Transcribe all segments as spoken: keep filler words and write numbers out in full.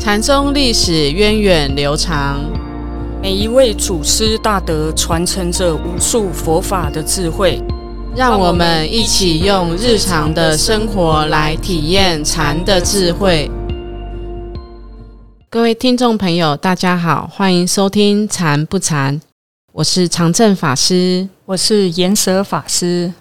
禅宗历史源远流长， 每一位祖师大德传承着无数佛法的智慧， 让我们一起用日常的生活来体验禅的智慧。各位听众朋友大家好，欢迎收听禅不禅，我是常正法师， 我是岩舍法师。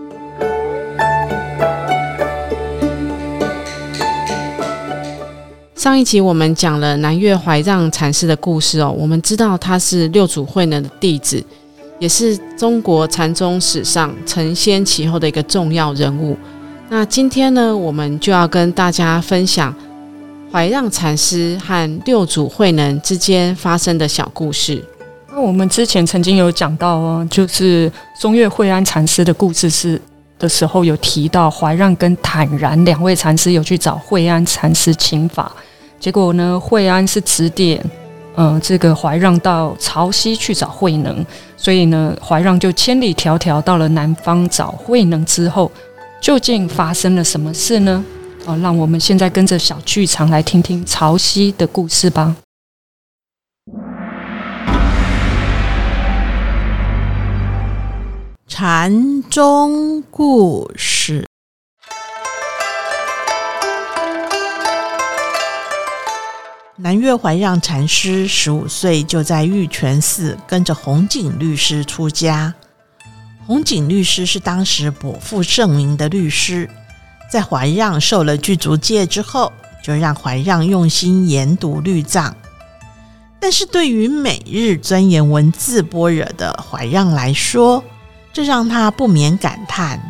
上一集我们讲了南岳怀让禅师的故事哦，我们知道他是六祖慧能的弟子，也是中国禅宗史上承先启后的一个重要人物。那今天呢，我们就要跟大家分享怀让禅师和六祖慧能之间发生的小故事。 那我们之前曾经有讲到哦，就是中岳惠安禅师的故事是的时候，有提到怀让跟坦然两位禅师有去找惠安禅师请法。结果呢，惠安是指点，呃，这个怀让到潮汐去找慧能，所以呢，怀让就千里迢迢到了南方找慧能之后，究竟发生了什么事呢？哦，让我们现在跟着小剧场来听听潮汐的故事吧。 禅宗故事。南岳怀让禅师十五岁就在玉泉寺跟着弘景律师出家。弘景律师是当时颇负盛名的律师，在怀让受了具足戒之后，就让怀让用心研读律藏。但是对于每日钻研文字般若的怀让来说，这让他不免感叹：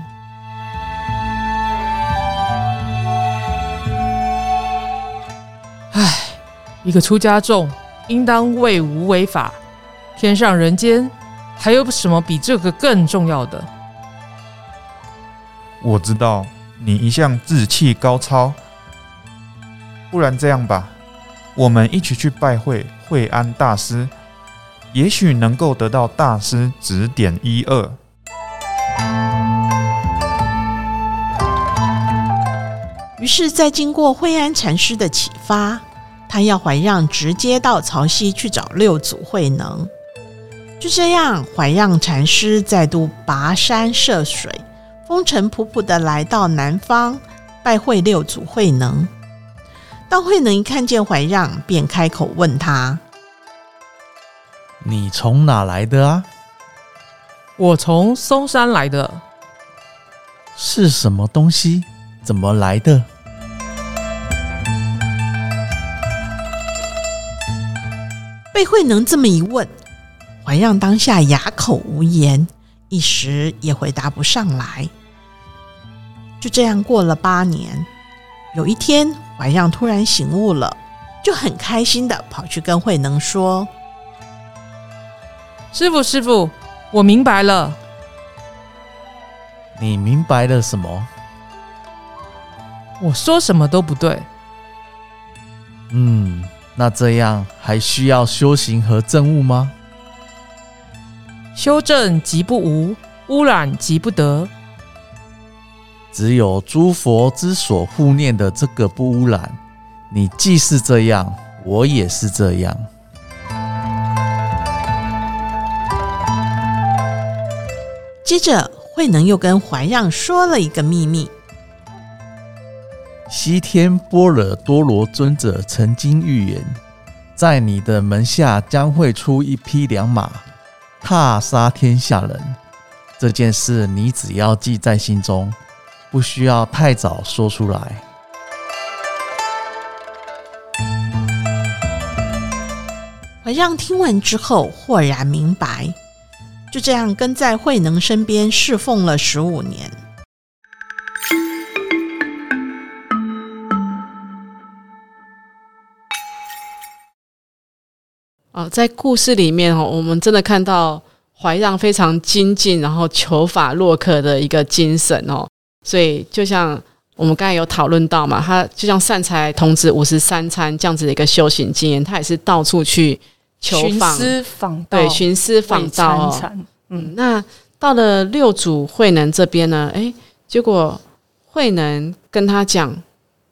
唉，一个出家众应当为无为法，天上人间还有什么比这个更重要的？ 我知道你一向志气高超，不然这样吧，我们一起去拜会惠安大师，也许能够得到大师指点一二。 于是在经过惠安禅师的启发，他要怀让直接到潮汐去找六祖慧能。就这样，怀让禅师再度跋山涉水，风尘仆仆地来到南方拜会六祖慧能。当慧能一看见怀让，便开口问他： 你从哪来的啊？ 我从嵩山来的。 是什么东西？怎么来的？ 被慧能这么一问，怀让当下哑口无言，一时也回答不上来。就这样过了八年，有一天怀让突然醒悟了，就很开心的跑去跟慧能说： 师父师父，我明白了。 你明白了什么？ 我说什么都不对。 嗯，那这样还需要修行和证悟吗？ 修正即不无，污染即不得。 只有诸佛之所护念的这个不污染，你既是这样，我也是这样。 接着慧能又跟怀让说了一个秘密。 西天般若多罗尊者曾经预言，在你的门下将会出一匹良马，踏杀天下人。这件事你只要记在心中，不需要太早说出来。 怀让听完之后豁然明白，就这样跟在慧能身边侍奉了十五年。 哦，在故事里面哦，我们真的看到怀让非常精进，然后求法洛克的一个精神哦。所以就像我们刚才有讨论到嘛，他就像善财童子五十三参这样子的一个修行经验，他也是到处去求访， 寻师访道， 对，寻师访道哦。嗯，那到了六祖慧能这边呢，哎，结果慧能跟他讲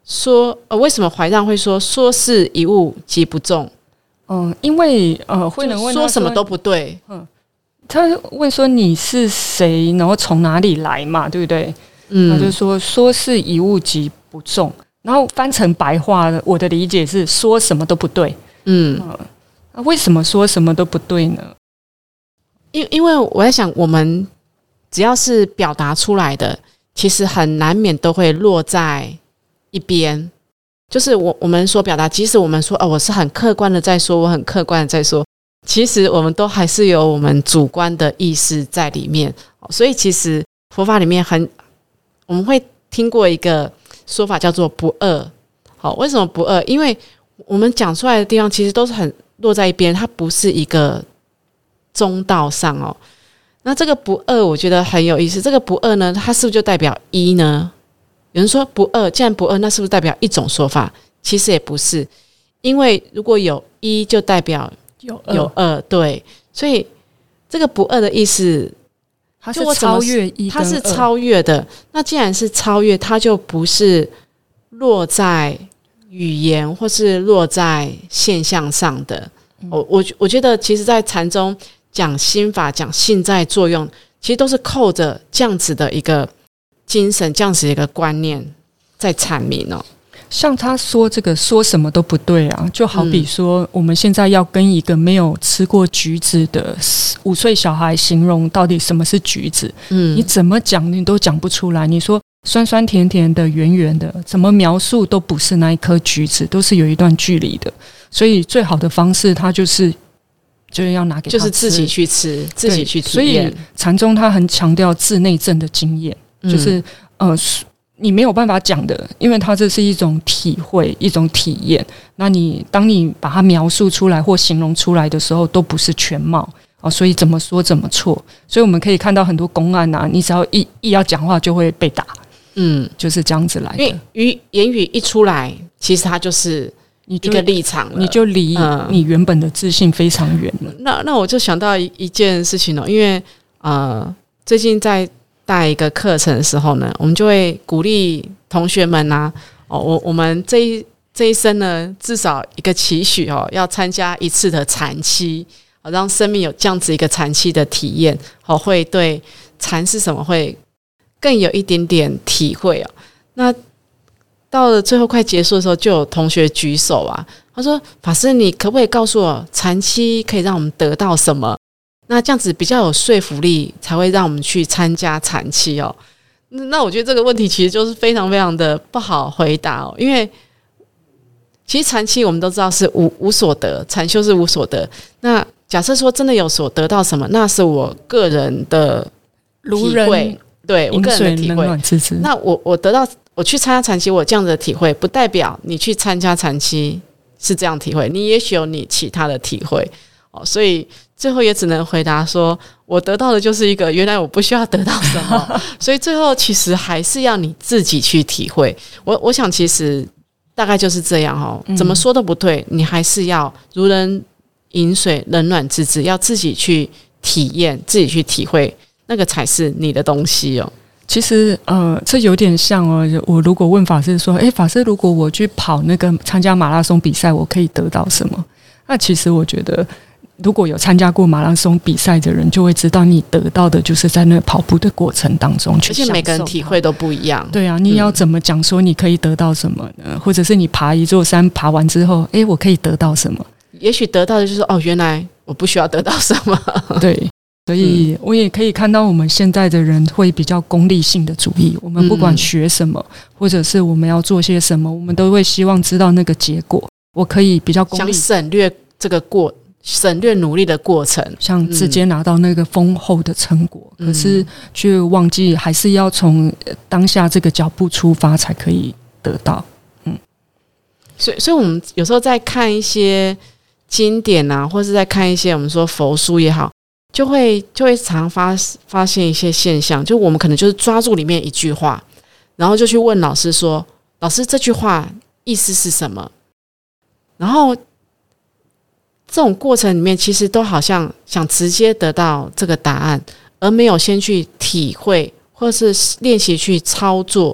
说呃，为什么怀让会说说是一物即不中？ 嗯，因为呃，慧能问他说什么都不对。 嗯，他问说你是谁，然后从哪里来嘛，对不对？嗯，他就说说是一物即不中，然后翻成白话的，我的理解是说什么都不对。嗯，那、呃、为什么说什么都不对呢？ 因因为我在想，我们只要是表达出来的，其实很难免都会落在一边。就是我我们所表达，即使我们说哦，我是很客观的在说，我很客观的在说，其实我们都还是有我们主观的意识在里面。所以其实佛法里面很，我们会听过一个说法叫做不二。好，为什么不二？因为我们讲出来的地方其实都是很落在一边，它不是一个中道上哦。那这个不二我觉得很有意思，这个不二呢，它是不是就代表一呢？有人说不二，既然不二，那是不是代表一种说法？其实也不是，因为如果有一，就代表有二，有二，对，所以这个不二的意思， 它是超越一， 它是超越的。那既然是超越，它就不是落在语言或是落在现象上的。嗯、我我我觉得，其实，在禅宗讲心法、讲性在作用，其实都是扣着这样子的一个精神，这样子一个观念在阐明哦。 像他说这个说什么都不对啊，就好比说我们现在要跟一个没有吃过橘子的五岁小孩形容到底什么是橘子，嗯，你怎么讲你都讲不出来。你说酸酸甜甜的圆圆的，怎么描述都不是那一颗橘子，都是有一段距离的。所以最好的方式他就是就是要拿给他吃， 就是自己去吃，自己去体验。 所以禅宗他很强调自内证的经验，嗯、就是呃你没有办法讲的，因为它这是一种体会，一种体验。那你当你把它描述出来或形容出来的时候，都不是全貌哦，所以怎么说怎么错。所以我们可以看到很多公案啊，你只要一一要讲话就会被打，嗯，就是这样子来的。 因为语言语一出来，其实它就是一个立场了， 你就离你原本的自信非常远了。 嗯、那那我就想到一一件事情哦，因为呃，最近在带一个课程的时候呢，我们就会鼓励同学们啊，哦，我我们这一这一生呢，至少一个期许哦，要参加一次的禅期，哦，让生命有这样子一个禅期的体验，哦，会对禅是什么会更有一点点体会哦。那到了最后快结束的时候，就有同学举手啊，他说：“法师，你可不可以告诉我，禅期可以让我们得到什么？”那这样子比较有说服力，才会让我们去参加禅期哦。那我觉得这个问题其实就是非常非常的不好回答哦，因为其实禅期我们都知道是无无所得，禅修是无所得。那假设说真的有所得到什么，那是我个人的体会，对我个人的体会。那我我得到我去参加禅期，我这样的体会，不代表你去参加禅期是这样体会，你也许有你其他的体会哦，所以。最后也只能回答说，我得到的就是一个原来我不需要得到什么，所以最后其实还是要你自己去体会。我我想其实大概就是这样哦，怎么说都不对，你还是要如人饮水，冷暖自知，要自己去体验，自己去体会，那个才是你的东西哦。 其实呃，这有点像哦。我如果问法师说，诶，法师，如果我去跑那个参加马拉松比赛，我可以得到什么？那其实我觉得。如果有参加过马拉松比赛的人，就会知道你得到的就是在那跑步的过程当中去享受， 而且每个人体会都不一样。 对啊，你要怎么讲说你可以得到什么呢？嗯、或者是你爬一座山，爬完之后，诶，我可以得到什么？ 也许得到的就是哦，原来我不需要得到什么。 对，所以我也可以看到我们现在的人会比较功利性的主义。我们不管学什么，嗯、或者是我们要做些什么，我们都会希望知道那个结果。我可以比较功利， 想省略这个过。省略努力的过程， 像直接拿到那个丰厚的成果，嗯、可是却忘记还是要从当下这个脚步出发才可以得到。嗯， 所以，所以我们有时候在看一些经典啊，或是在看一些我们说佛书也好，就会就会常发发现一些现象，就我们可能就是抓住里面一句话，然后就去问老师说：“老师，这句话意思是什么？”然后。这种过程里面，其实都好像想直接得到这个答案，而没有先去体会或是练习去操作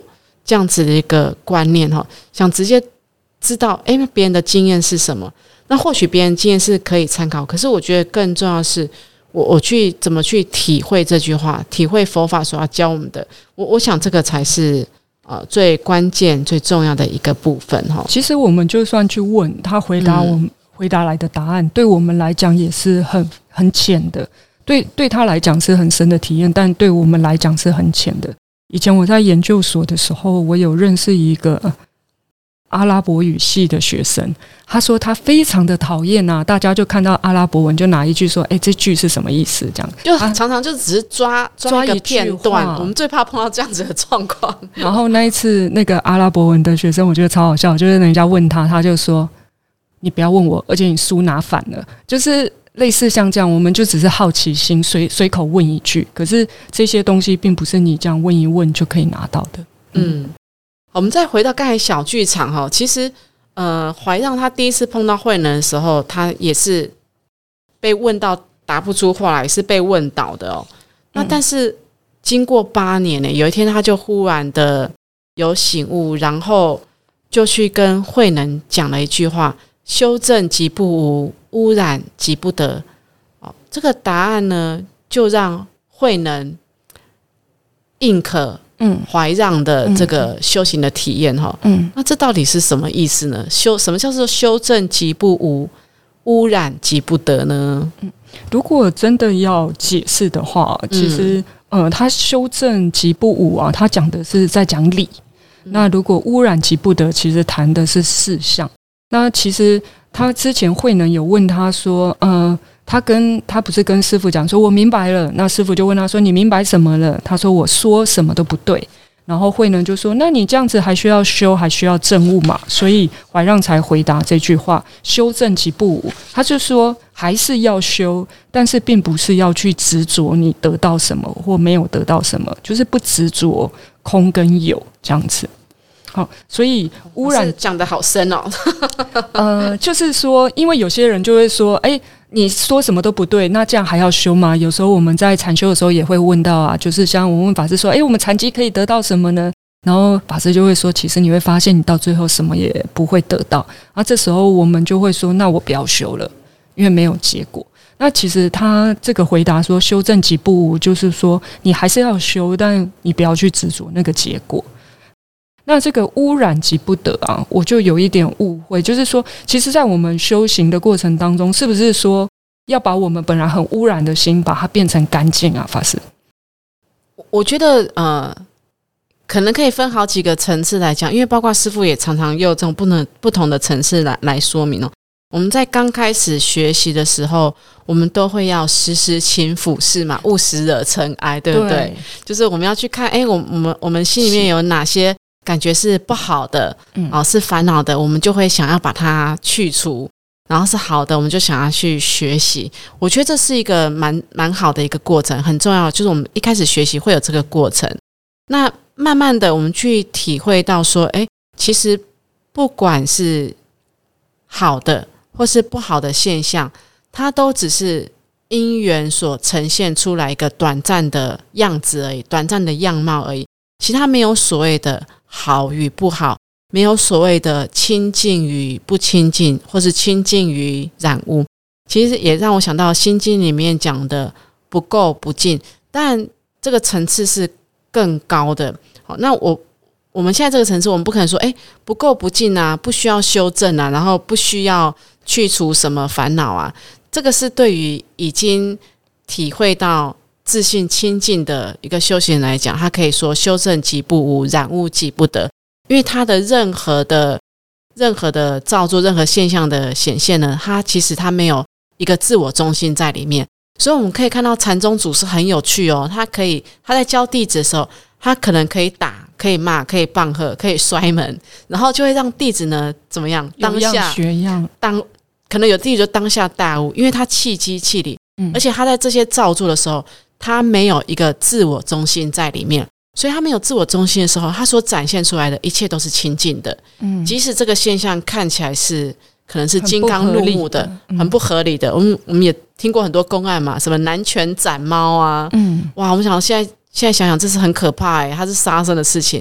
这样子的一个观念哈，想直接知道哎别人的经验是什么。那或许别人经验是可以参考，可是我觉得更重要的是我我去怎么去体会这句话，体会佛法所要教我们的。我我想这个才是呃最关键最重要的一个部分哈。 其实我们就算去问他，回答我们、嗯、回答来的答案，对我们来讲也是很很浅的。对对他来讲是很深的体验，但对我们来讲是很浅的。以前我在研究所的时候，我有认识一个阿拉伯语系的学生，他说他非常的讨厌啊，大家就看到阿拉伯文就拿一句说，哎，这句是什么意思？这样就常常就只是抓抓一个片段，我们最怕碰到这样子的状况。 然后那一次那个阿拉伯文的学生，我觉得超好笑，就是人家问他，他就说你不要问我，而且你书拿反了，就是类似像这样，我们就只是好奇心随随口问一句，可是这些东西并不是你这样问一问就可以拿到的。 嗯，嗯我们再回到刚才小剧场哈，其实呃，怀让他第一次碰到慧能的时候，他也是被问到答不出话来，也是被问倒的哦。那但是经过八年呢，有一天他就忽然的有醒悟，然后就去跟慧能讲了一句话：修正即不无，污染即不得。哦，这个答案呢，就让慧能印可嗯怀让的这个修行的体验哈。嗯，那这到底是什么意思呢？修什么叫做修正即不无，污染即不得呢？ 嗯，如果真的要解释的话，其实、嗯、呃，他修正即不无啊，他讲的是在讲理。嗯、那如果污染即不得，其实谈的是事项。那其实他之前慧能有问他说，呃，他跟他不是跟师父讲说我明白了，那师父就问他说你明白什么了？他说我说什么都不对。然后慧能就说那你这样子还需要修，还需要证悟嘛？所以怀让才回答这句话，修正即不无。他就说还是要修，但是并不是要去执着你得到什么或没有得到什么，就是不执着空跟有这样子。好，所以污染讲得好深哦。 呃，就是说，因为有些人就会说，哎，你说什么都不对，那这样还要修吗？有时候我们在禅修的时候也会问到啊，就是像我问法师说，哎，我们禅机可以得到什么呢？然后法师就会说，其实你会发现，你到最后什么也不会得到。啊，这时候我们就会说，那我不要修了，因为没有结果。那其实他这个回答说，修正即不无，就是说你还是要修，但你不要去执着那个结果。那这个污染即不得啊，我就有一点误会，就是说，其实在我们修行的过程当中，是不是说要把我们本来很污染的心，把它变成干净啊？法师， 我觉得呃，可能可以分好几个层次来讲，因为包括师父也常常用这种不能不同的层次来来说明哦。我们在刚开始学习的时候，我们都会要时时勤拂拭嘛，勿使惹尘埃，对不对？对，就是我们要去看，哎，我我们我们心里面有哪些感觉是不好的，嗯，哦，是烦恼的，我们就会想要把它去除，然后是好的，我们就想要去学习。我觉得这是一个蛮蛮好的一个过程，很重要，就是我们一开始学习会有这个过程。那慢慢的，我们去体会到说，哎，其实不管是好的或是不好的现象，它都只是因缘所呈现出来一个短暂的样子而已，短暂的样貌而已。其实它没有所谓的好与不好，没有所谓的清净与不清净，或是清净与染污。其实也让我想到《心经》里面讲的不垢不净，但这个层次是更高的。好，那我我们现在这个层次，我们不可能说，哎，不垢不净啊，不需要修正啊，然后不需要去除什么烦恼啊。这个是对于已经体会到自信清净的一个修行人来讲，他可以说修正即不无，染污即不得。因为他的任何的任何的造作，任何现象的显现呢，他其实他没有一个自我中心在里面。所以我们可以看到禅宗祖师很有趣哦，他可以他在教弟子的时候，他可能可以打，可以骂，可以棒喝，可以摔门，然后就会让弟子呢怎么样？当下有样学样， 当可能有弟子就当下大悟，因为他气机气理，嗯，而且他在这些造作的时候，他没有一个自我中心在里面，所以他没有自我中心的时候，他所展现出来的一切都是清净的。嗯，即使这个现象看起来是可能是金刚怒目的，很不合理的。我们我们也听过很多公案嘛，什么南拳斩猫啊，嗯，哇，我们想现在现在想想，这是很可怕哎、欸，它是杀生的事情。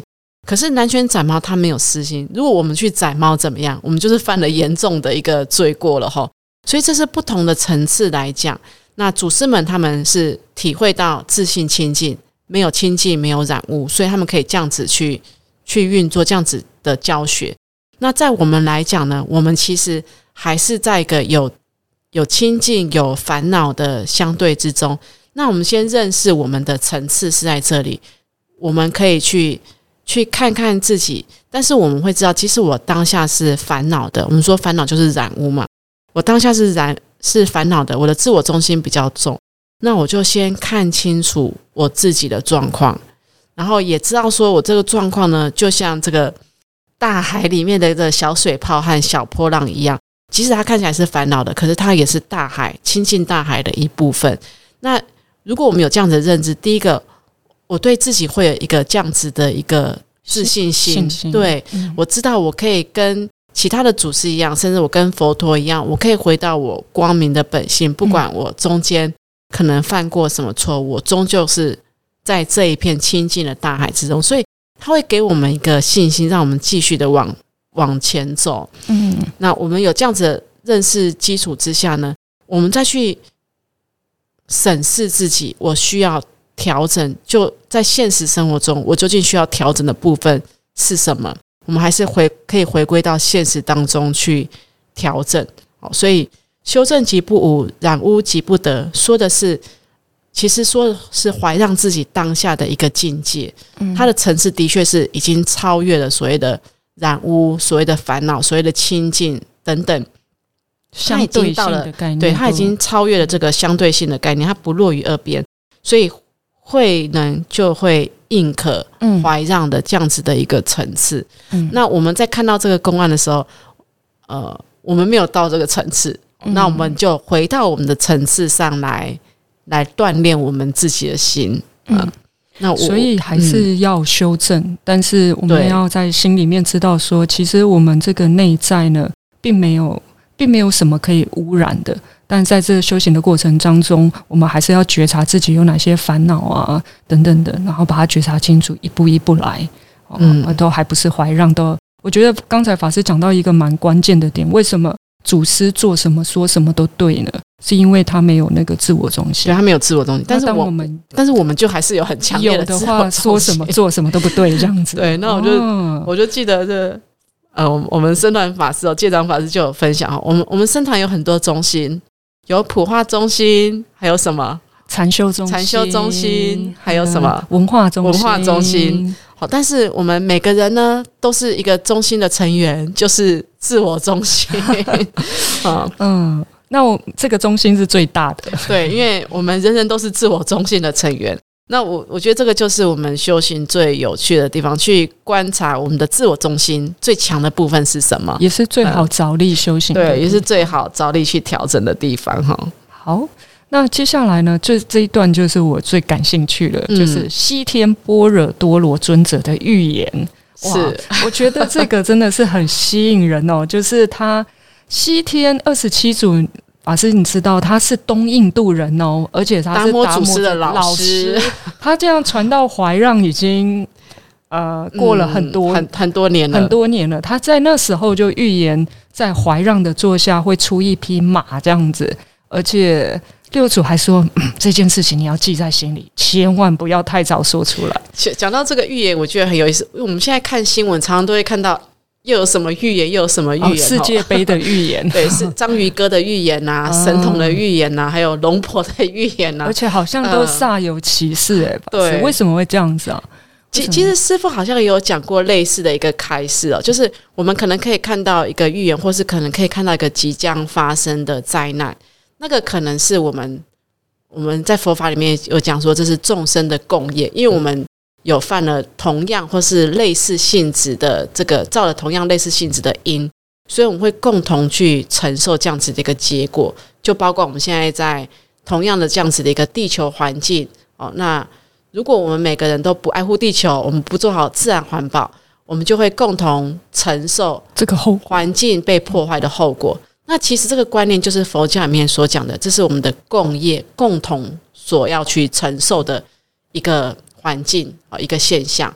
可是南拳斩猫它没有私心，如果我们去斩猫怎么样？我们就是犯了严重的一个罪过了齁。所以这是不同的层次来讲。那祖师们他们是体会到自性清净，没有清净，没有染污，所以他们可以这样子去去运作这样子的教学。那在我们来讲呢，我们其实还是在一个有有清净有烦恼的相对之中。那我们先认识我们的层次是在这里，我们可以去去看看自己，但是我们会知道其实我当下是烦恼的，我们说烦恼就是染污嘛，我当下是染是烦恼的，我的自我中心比较重，那我就先看清楚我自己的状况，然后也知道说我这个状况呢，就像这个大海里面的这个小水泡和小波浪一样，即使它看起来是烦恼的，可是它也是大海亲近大海的一部分。那如果我们有这样的认知，第一个我对自己会有一个这样子的一个自信心， 信心对、 嗯、 我知道我可以跟其他的祖师一样，甚至我跟佛陀一样，我可以回到我光明的本性，不管我中间可能犯过什么错误，我终究是在这一片清净的大海之中，所以它会给我们一个信心，让我们继续的往往前走。嗯，那我们有这样子的认识基础之下呢，我们再去审视自己，我需要调整，就在现实生活中我究竟需要调整的部分是什么，我们还是回可以回归到现实当中去调整。所以修正即不无，染污即不得，说的是其实说的是怀让自己当下的一个境界、嗯、它的层次的确是已经超越了所谓的染污，所谓的烦恼，所谓的清净等等， 相对性的概念， 对，它已经超越了这个相对性的概念，它不落于二边，所以慧能就会应可怀让的这样子的一个层次、嗯、那我们在看到这个公案的时候，呃，我们没有到这个层次、嗯、那我们就回到我们的层次上来来锻炼我们自己的心、呃、嗯， 那我所以还是要修正、嗯、但是我们要在心里面知道说，其实我们这个内在呢并没有并没有什么可以污染的，但在这个修行的过程当中，我们还是要觉察自己有哪些烦恼啊等等的，然后把它觉察清楚，一步一步来、哦、嗯，都还不是怀让。都我觉得刚才法师讲到一个蛮关键的点，为什么祖师做什么说什么都对呢？是因为他没有那个自我中心， 对，他没有自我中心，但是我们但是我们就还是有很强烈的自我中心， 有的话说什么做什么都不对这样子。 对，那我就、哦、我就记得这呃，我们僧团法师哦，戒藏法师就有分享哦，我们我们僧团有很多中心，有普化中心，还有什么禅修中心、 禅修中心，还有什么、 嗯、文化中心、 文化中心。好，但是我们每个人呢，都是一个中心的成员，就是自我中心。嗯嗯，那我这个中心是最大的， 对，因为我们人人都是自我中心的成员。那我我觉得这个就是我们修行最有趣的地方，去观察我们的自我中心最强的部分是什么， 也是最好着力修行的、嗯、 对，也是最好着力去调整的地方哈。 好，那接下来呢，这这一段就是我最感兴趣的、嗯、就是西天般若多罗尊者的预言。 是， 我觉得这个真的是很吸引人哦，就是他西天二十七祖法师，你知道他是东印度人哦，而且他是达摩祖师的老师， 他这样传到怀让已经呃过了很多、嗯、 很很多年了， 很多年了。他在那时候就预言，在怀让的座下会出一匹马这样子，而且六祖还说、嗯、这件事情你要记在心里，千万不要太早说出来。 讲到这个预言，我觉得很有意思，因为我们现在看新闻，常常都会看到。又有什么预言，又有什么预言、哦、 世界杯的预言对，是章鱼哥的预言啊、嗯、神童的预言啊，还有龙婆的预言啊， 而且好像都煞有其事、欸、 对， 为什么会这样子啊？ 其其实师父好像也有讲过类似的一个开示哦，就是我们可能可以看到一个预言，或是可能可以看到一个即将发生的灾难，那个可能是我们我们在佛法里面有讲说这是众生的共业，因为我们有犯了同样或是类似性质的这个造了同样类似性质的因，所以我们会共同去承受这样子的一个结果，就包括我们现在在同样的这样子的一个地球环境哦。那如果我们每个人都不爱护地球，我们不做好自然环保，我们就会共同承受这个后环境被破坏的后果。那其实这个观念就是佛教里面所讲的，这是我们的共业共同所要去承受的一个环境一个现象。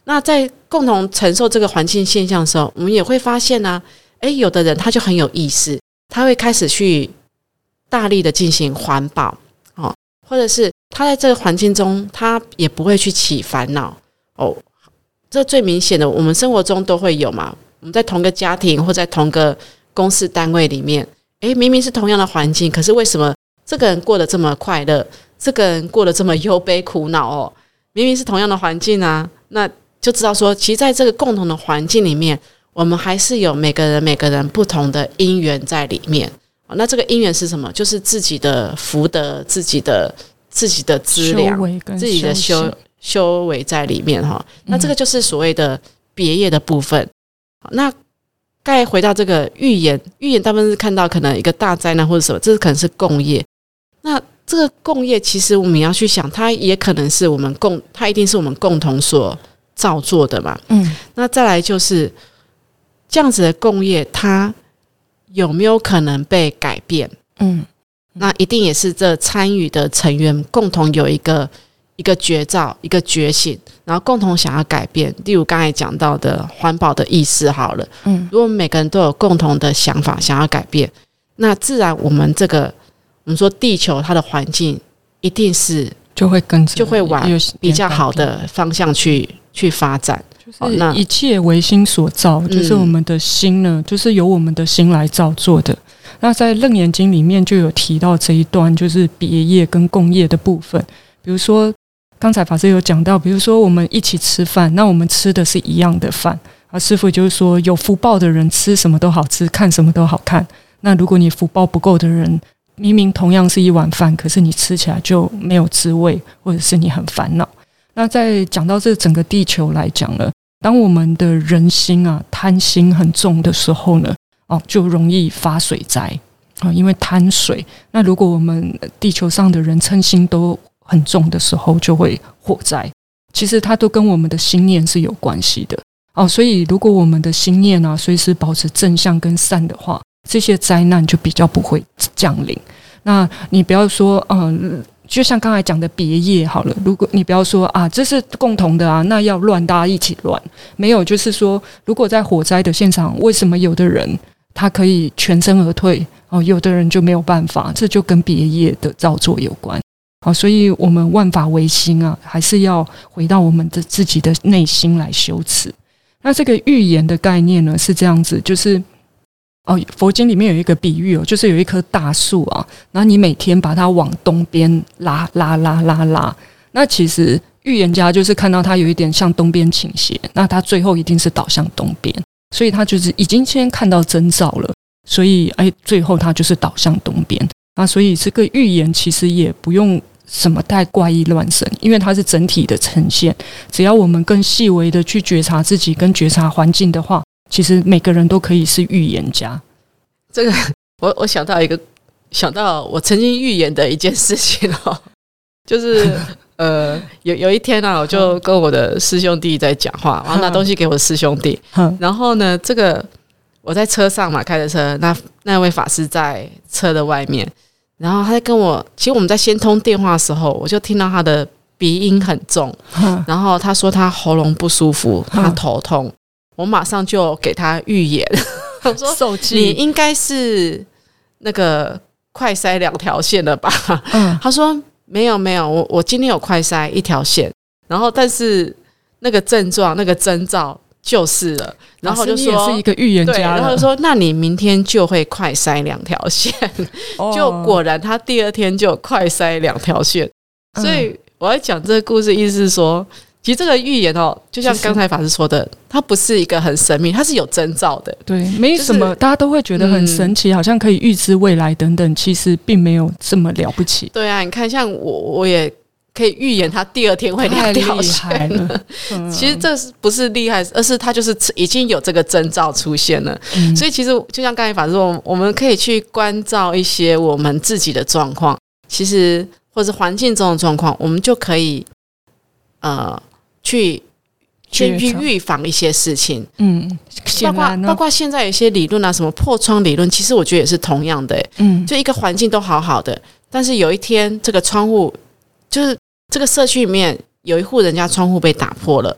那在共同承受这个环境现象的时候，我们也会发现啊，诶，有的人他就很有意识，他会开始去大力的进行环保，哦，或者是他在这个环境中，他也不会去起烦恼哦。这最明显的，我们生活中都会有嘛。我们在同个家庭或在同个公司单位里面，诶，明明是同样的环境，可是为什么这个人过得这么快乐，这个人过得这么忧悲苦恼哦？明明是同样的环境啊，那就知道说，其实在这个共同的环境里面，我们还是有每个人每个人不同的因缘在里面。那这个因缘是什么？就是自己的福德、自己的自己的资粮、自己的修修为在里面哈。那这个就是所谓的别业的部分。嗯、那该回到这个预言，预言大部分是看到可能一个大灾难或者什么，这可能是共业。那这个共业，其实我们要去想，它也可能是我们共，它一定是我们共同所造作的嘛。嗯，那再来就是这样子的共业，它有没有可能被改变？嗯，那一定也是这参与的成员共同有一个一个觉照、一个觉醒，然后共同想要改变。例如刚才讲到的环保的意识，好了，嗯，如果每个人都有共同的想法，想要改变，那自然我们这个我们说地球它的环境一定是就会跟着就会往比较好的方向去去发展。 就是一切为心所造，哦、就是我们的心呢，嗯、就是由我们的心来造作的。那在《楞严经》里面就有提到这一段，就是别业跟共业的部分。比如说，刚才法师有讲到，比如说我们一起吃饭，那我们吃的是一样的饭，啊，师父就是说，有福报的人吃什么都好吃，看什么都好看。那如果你福报不够的人，明明同样是一碗饭，可是你吃起来就没有滋味，或者是你很烦恼。那在讲到这整个地球来讲呢，当我们的人心啊贪心很重的时候呢，哦，就容易发水灾啊，因为贪水。那如果我们地球上的人嗔心都很重的时候，就会火灾。其实它都跟我们的心念是有关系的哦。所以如果我们的心念啊随时保持正向跟善的话，这些灾难就比较不会降临。那你不要说，嗯、呃，就像刚才讲的别业好了，如果你不要说啊，这是共同的啊，那要乱大家一起乱，没有，就是说，如果在火灾的现场，为什么有的人他可以全身而退，哦，有的人就没有办法，这就跟别业的造作有关。好，所以我们万法唯心啊，还是要回到我们的自己的内心来修持。那这个预言的概念呢是这样子，就是哦，佛经里面有一个比喻哦，就是有一棵大树啊，然后你每天把它往东边拉拉拉拉拉，那其实预言家就是看到它有一点向东边倾斜，那它最后一定是导向东边，所以他就是已经先看到征兆了，所以哎，最后它就是导向东边。那所以这个预言其实也不用什么太怪异乱神，因为它是整体的呈现，只要我们更细微的去觉察自己跟觉察环境的话，其实每个人都可以是预言家。 这个我我想到一个，想到我曾经预言的一件事情哦，就是呃有有一天啊，我就跟我的师兄弟在讲话，然后拿东西给我的师兄弟，然后呢，这个我在车上嘛，开着车，那那位法师在车的外面，然后他在跟我，其实我们在先通电话的时候，我就听到他的鼻音很重，然后他说他喉咙不舒服，他头痛。我马上就给他预言，我说你应该是那个快筛两条线了吧？嗯，他说没有没有，我我今天有快筛一条线，然后但是那个症状那个征兆就是了，然后就说、 啊、你也是一个预言家了，对， 然后就说那你明天就会快筛两条线，哦、就果然他第二天就快筛两条线，所以我要讲这个故事，意思是说。其实这个预言哦，就像刚才法师说的，它不是一个很神秘，它是有征兆的。 对，没什么，就是、大家都会觉得很神奇、嗯，好像可以预知未来等等，其实并没有这么了不起。 对啊，你看，像我，我也可以预言它第二天会两条线了。嗯、其实这是不是厉害，而是它就是已经有这个征兆出现了。嗯、所以其实就像刚才法师说，我们可以去关照一些我们自己的状况，其实或者环境中的状况，我们就可以呃。去去去预防一些事情，嗯，包括包括现在有一些理论啊，什么破窗理论，其实我觉得也是同样的，嗯，就一个环境都好好的，但是有一天这个窗户，就是这个社区里面有一户人家窗户被打破了，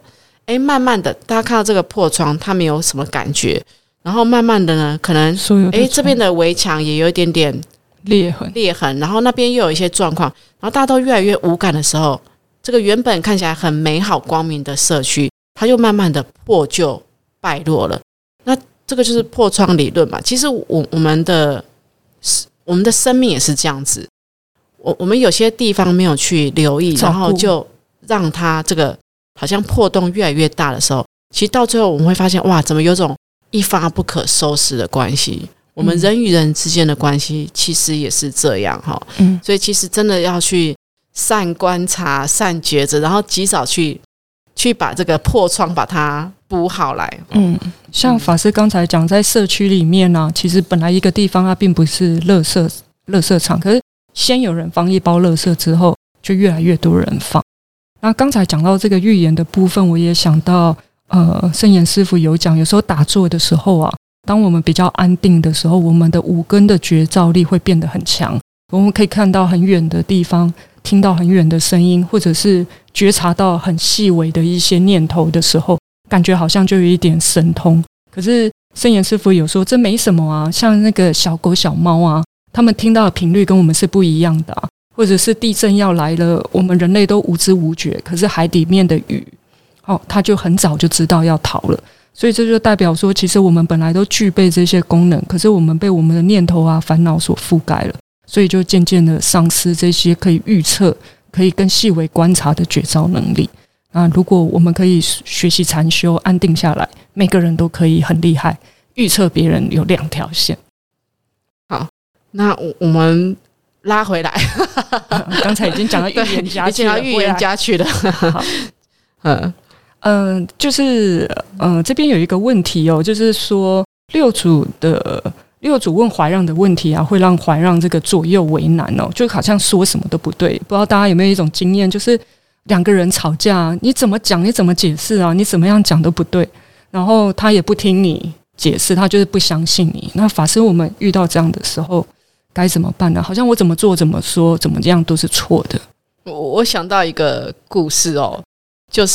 哎，慢慢的，大家看到这个破窗，他没有什么感觉，然后慢慢的呢，可能哎这边的围墙也有一点点裂痕， 裂痕，然后那边又有一些状况，然后大家都越来越无感的时候，这个原本看起来很美好光明的社区，它又慢慢的破旧败落了。那这个就是破窗理论嘛。其实我我们的我们的生命也是这样子，我我们有些地方没有去留意，然后就让它这个好像破洞越来越大的时候，其实到最后我们会发现，哇，怎么有种一发不可收拾的关系。我们人与人之间的关系其实也是这样哈、嗯，所以其实真的要去善观察、善觉着，然后及早去去把这个破窗把它补好来。 嗯，像法师刚才讲，在社区里面呢、啊，其实本来一个地方它并不是垃圾垃圾场，可是先有人放一包垃圾之后，就越来越多人放。那刚才讲到这个预言的部分，我也想到，呃，圣严师父有讲，有时候打坐的时候啊。当我们比较安定的时候，我们的五根的觉照力会变得很强，我们可以看到很远的地方，听到很远的声音，或者是觉察到很细微的一些念头的时候，感觉好像就有一点神通。可是圣严师父有说这没什么啊，像那个小狗小猫啊，他们听到的频率跟我们是不一样的啊，或者是地震要来了，我们人类都无知无觉，可是海底面的鱼哦，他就很早就知道要逃了。所以这就代表说，其实我们本来都具备这些功能，可是我们被我们的念头啊、烦恼所覆盖了，所以就渐渐的丧失这些可以预测、可以更细微观察的觉照能力。那如果我们可以学习禅修，安定下来，每个人都可以很厉害，预测别人有两条线。 好，那我们拉回来， 刚才已经讲到预言家去了， 讲到预言家去了。好，嗯。 嗯、呃，就是呃，这边有一个问题哦，就是说六祖的六祖问怀让的问题啊，会让怀让这个左右为难哦，就好像说什么都不对。不知道大家有没有一种经验，就是两个人吵架，你怎么讲，你怎么解释啊，你怎么样讲都不对，然后他也不听你解释，他就是不相信你。那法师，我们遇到这样的时候该怎么办呢？好像我怎么做、怎么说、怎么样都是错的。 我我想到一个故事哦，就是。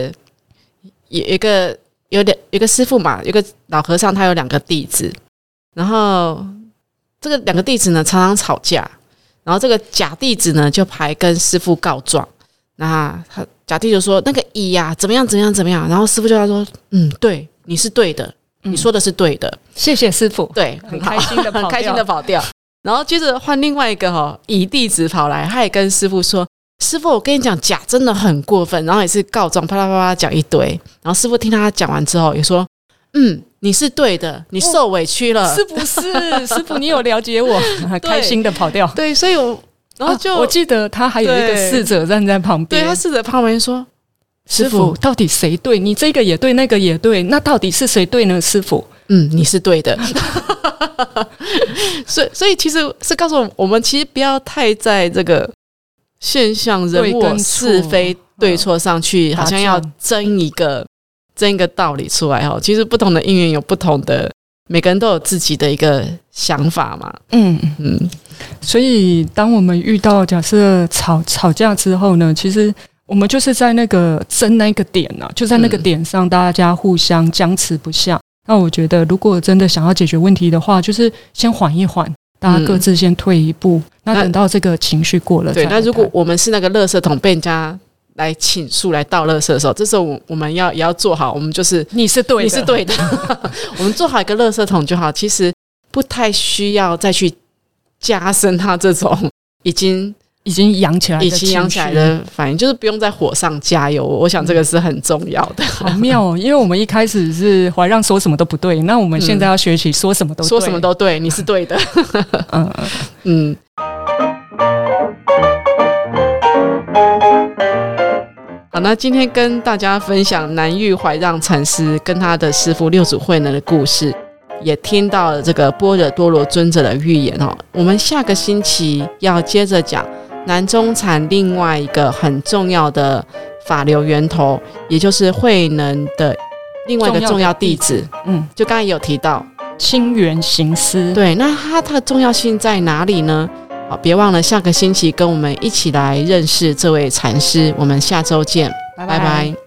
有一个有两有一个师父嘛，有一个老和尚，他有两个弟子，然后这个两个弟子呢常常吵架，然后这个假弟子呢就排跟师父告状，那他假弟就说那个乙呀、啊、怎么样怎么样怎么样，然后师父就他说嗯对，你是对的，嗯、你说的是对的， 谢谢师父， 对， 很开心的跑掉很开心的跑掉，然后接着换另外一个哦乙弟子跑来，他也跟师父说。师父，我跟你讲，甲真的很过分，然后也是告状，啪啦啪啦讲一堆。然后师父听他讲完之后，也说：“嗯，你是对的，你受委屈了， 是不是？师父，你有了解我，很开心的跑掉。” 对，所以我然后就、 啊、我记得他还有一个侍者站在旁边， 对他侍者旁边说：“ 师父，到底谁对？你这个也对，那个也对，那到底是谁对呢？师父， 嗯，你是对的。”所以，所以其实是告诉我们，我们其实不要太在这个。现象人物是非对错上去，好像要争一个争一个道理出来哦。其实不同的因缘有不同的，每个人都有自己的一个想法嘛。嗯嗯。 所以当我们遇到假设吵吵架之后呢，其实我们就是在那个争那个点啊，就在那个点上，大家互相僵持不下。那我觉得，如果真的想要解决问题的话，就是先缓一缓。大家各自先退一步、嗯、那等到这个情绪过了再来谈。 对，那如果我们是那个垃圾桶被人家来倾诉来倒垃圾的时候，这时候我们要也要做好，我们就是你是对的， 你是对的我们做好一个垃圾桶就好，其实不太需要再去加深它这种已经已经扬起来的已经扬起来的反应，就是不用在火上加油。我想这个是很重要的。 好妙哦！因为我们一开始是怀让说什么都不对，那我们现在要学习说什么都对、嗯、 说什么都对，你是对的。嗯嗯。好，那今天跟大家分享南域怀让禅师跟他的师父六祖慧能的故事，也听到了这个般若多罗尊者的预言哦。我们下个星期要接着讲南宗禅另外一个很重要的法流源头，也就是慧能的另外一个重要弟子。嗯，就刚才有提到清源行思。 对，那它的重要性在哪里呢？好，别忘了下个星期跟我们一起来认识这位禅师。我们下周见，拜拜。拜拜。